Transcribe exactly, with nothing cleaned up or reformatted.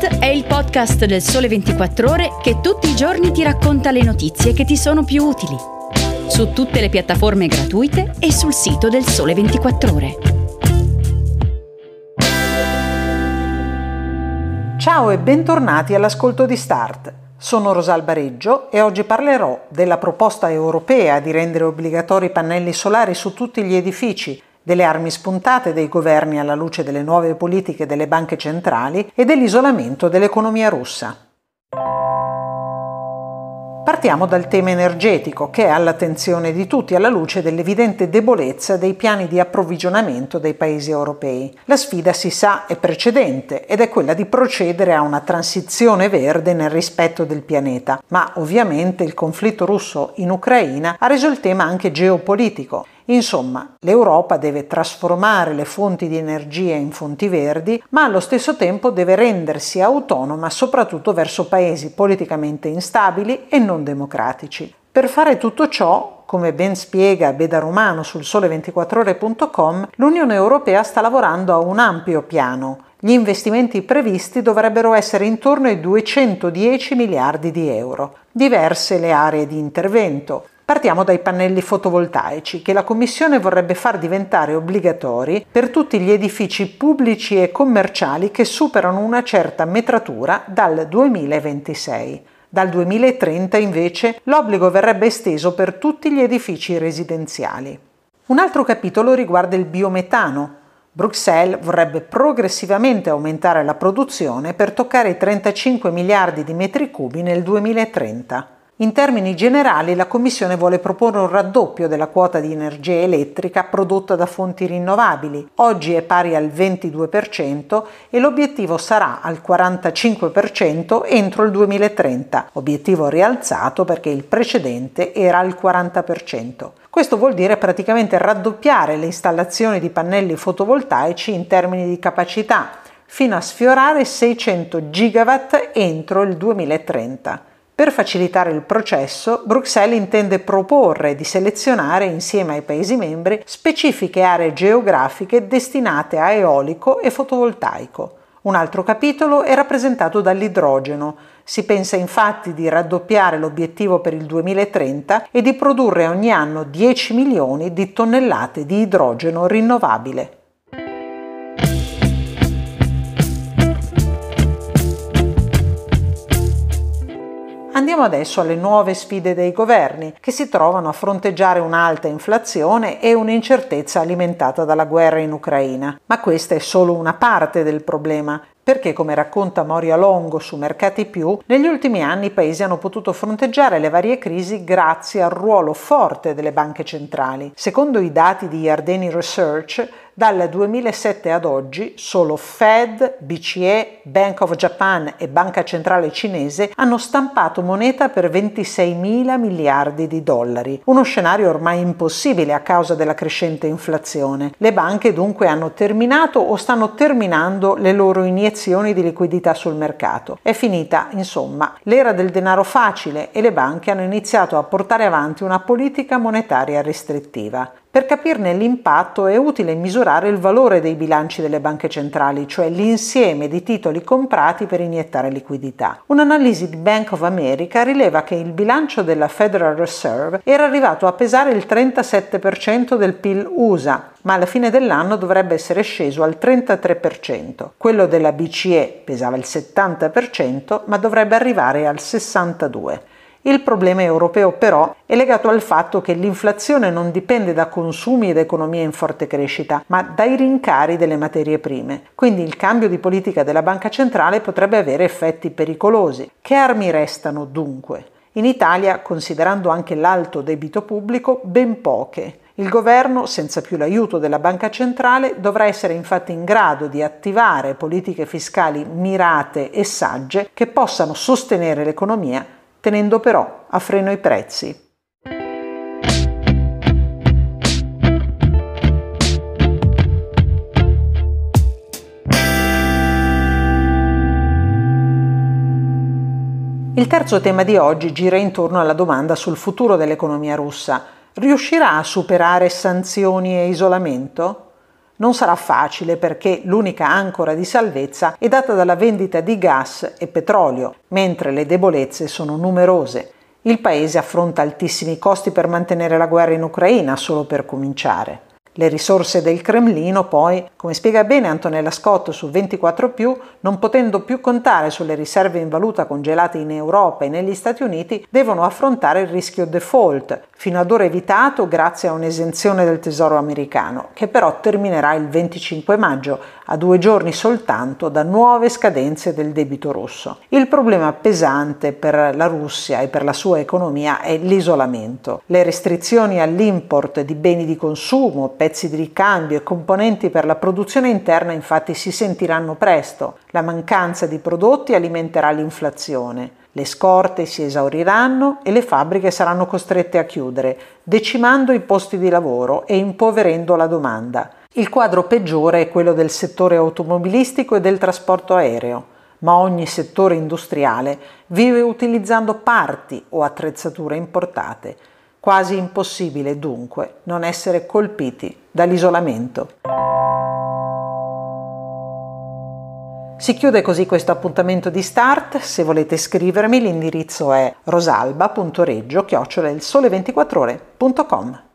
Start è il podcast del Sole ventiquattro Ore che tutti i giorni ti racconta le notizie che ti sono più utili. Su tutte le piattaforme gratuite e sul sito del Sole ventiquattro Ore. Ciao e bentornati all'ascolto di Start. Sono Rosalba Reggio e oggi parlerò della proposta europea di rendere obbligatori i pannelli solari su tutti gli edifici, delle armi spuntate dei governi alla luce delle nuove politiche delle banche centrali e dell'isolamento dell'economia russa. Partiamo dal tema energetico, che è all'attenzione di tutti alla luce dell'evidente debolezza dei piani di approvvigionamento dei paesi europei. La sfida, si sa, è precedente ed è quella di procedere a una transizione verde nel rispetto del pianeta, ma ovviamente il conflitto russo in Ucraina ha reso il tema anche geopolitico. Insomma, l'Europa deve trasformare le fonti di energia in fonti verdi, ma allo stesso tempo deve rendersi autonoma soprattutto verso paesi politicamente instabili e non democratici. Per fare tutto ciò, come ben spiega Beda Romano sul sole ventiquattro ore punto com, l'Unione Europea sta lavorando a un ampio piano. Gli investimenti previsti dovrebbero essere intorno ai duecentodieci miliardi di euro. Diverse le aree di intervento. Partiamo dai pannelli fotovoltaici, che la Commissione vorrebbe far diventare obbligatori per tutti gli edifici pubblici e commerciali che superano una certa metratura dal duemilaventisei. Dal duemilatrenta invece l'obbligo verrebbe esteso per tutti gli edifici residenziali. Un altro capitolo riguarda il biometano. Bruxelles vorrebbe progressivamente aumentare la produzione per toccare i trentacinque miliardi di metri cubi nel duemilatrenta. In termini generali, la Commissione vuole proporre un raddoppio della quota di energia elettrica prodotta da fonti rinnovabili. Oggi è pari al ventidue per cento e l'obiettivo sarà al quarantacinque per cento entro il duemilatrenta, obiettivo rialzato perché il precedente era al quaranta per cento. Questo vuol dire praticamente raddoppiare le installazioni di pannelli fotovoltaici in termini di capacità, fino a sfiorare seicento gigawatt entro il duemilatrenta. Per facilitare il processo, Bruxelles intende proporre di selezionare insieme ai Paesi membri specifiche aree geografiche destinate a eolico e fotovoltaico. Un altro capitolo è rappresentato dall'idrogeno. Si pensa infatti di raddoppiare l'obiettivo per il duemilatrenta e di produrre ogni anno dieci milioni di tonnellate di idrogeno rinnovabile. Andiamo adesso alle nuove sfide dei governi, che si trovano a fronteggiare un'alta inflazione e un'incertezza alimentata dalla guerra in Ucraina. Ma questa è solo una parte del problema, perché, come racconta Moria Longo su Mercati Più, negli ultimi anni i paesi hanno potuto fronteggiare le varie crisi grazie al ruolo forte delle banche centrali. Secondo i dati di Yardeni Research, dal duemilasette ad oggi solo Fed, B C E, Bank of Japan e Banca Centrale Cinese hanno stampato moneta per ventiseimila miliardi di dollari, uno scenario ormai impossibile a causa della crescente inflazione. Le banche dunque hanno terminato o stanno terminando le loro iniezioni di liquidità sul mercato. È finita, insomma, l'era del denaro facile e le banche hanno iniziato a portare avanti una politica monetaria restrittiva. Per capirne l'impatto è utile misurare il valore dei bilanci delle banche centrali, cioè l'insieme di titoli comprati per iniettare liquidità. Un'analisi di Bank of America rileva che il bilancio della Federal Reserve era arrivato a pesare il trentasette per cento del P I L U S A, ma alla fine dell'anno dovrebbe essere sceso al trentatré per cento. Quello della B C E pesava il settanta per cento, ma dovrebbe arrivare al sessantadue per cento. Il problema europeo però è legato al fatto che l'inflazione non dipende da consumi ed economie in forte crescita, ma dai rincari delle materie prime. Quindi il cambio di politica della Banca Centrale potrebbe avere effetti pericolosi. Che armi restano dunque? In Italia, considerando anche l'alto debito pubblico, ben poche. Il governo, senza più l'aiuto della Banca Centrale, dovrà essere infatti in grado di attivare politiche fiscali mirate e sagge che possano sostenere l'economia, tenendo però a freno i prezzi. Il terzo tema di oggi gira intorno alla domanda sul futuro dell'economia russa. Riuscirà a superare sanzioni e isolamento? Non sarà facile perché l'unica ancora di salvezza è data dalla vendita di gas e petrolio, mentre le debolezze sono numerose. Il paese affronta altissimi costi per mantenere la guerra in Ucraina, solo per cominciare. Le risorse del Cremlino poi, come spiega bene Antonella Scott su ventiquattro più, non potendo più contare sulle riserve in valuta congelate in Europa e negli Stati Uniti, devono affrontare il rischio default, fino ad ora evitato grazie a un'esenzione del Tesoro americano, che però terminerà il venticinque maggio, a due giorni soltanto da nuove scadenze del debito russo. Il problema pesante per la Russia e per la sua economia è l'isolamento. Le restrizioni all'import di beni di consumo, pezzi di ricambio e componenti per la produzione interna infatti si sentiranno presto. La mancanza di prodotti alimenterà l'inflazione. Le scorte si esauriranno e le fabbriche saranno costrette a chiudere, decimando i posti di lavoro e impoverendo la domanda. Il quadro peggiore è quello del settore automobilistico e del trasporto aereo, ma ogni settore industriale vive utilizzando parti o attrezzature importate. Quasi impossibile dunque non essere colpiti dall'isolamento. Si chiude così questo appuntamento di Start. Se volete scrivermi l'indirizzo è rosalba punto reggio chiocciola il sole ventiquattro ore punto com.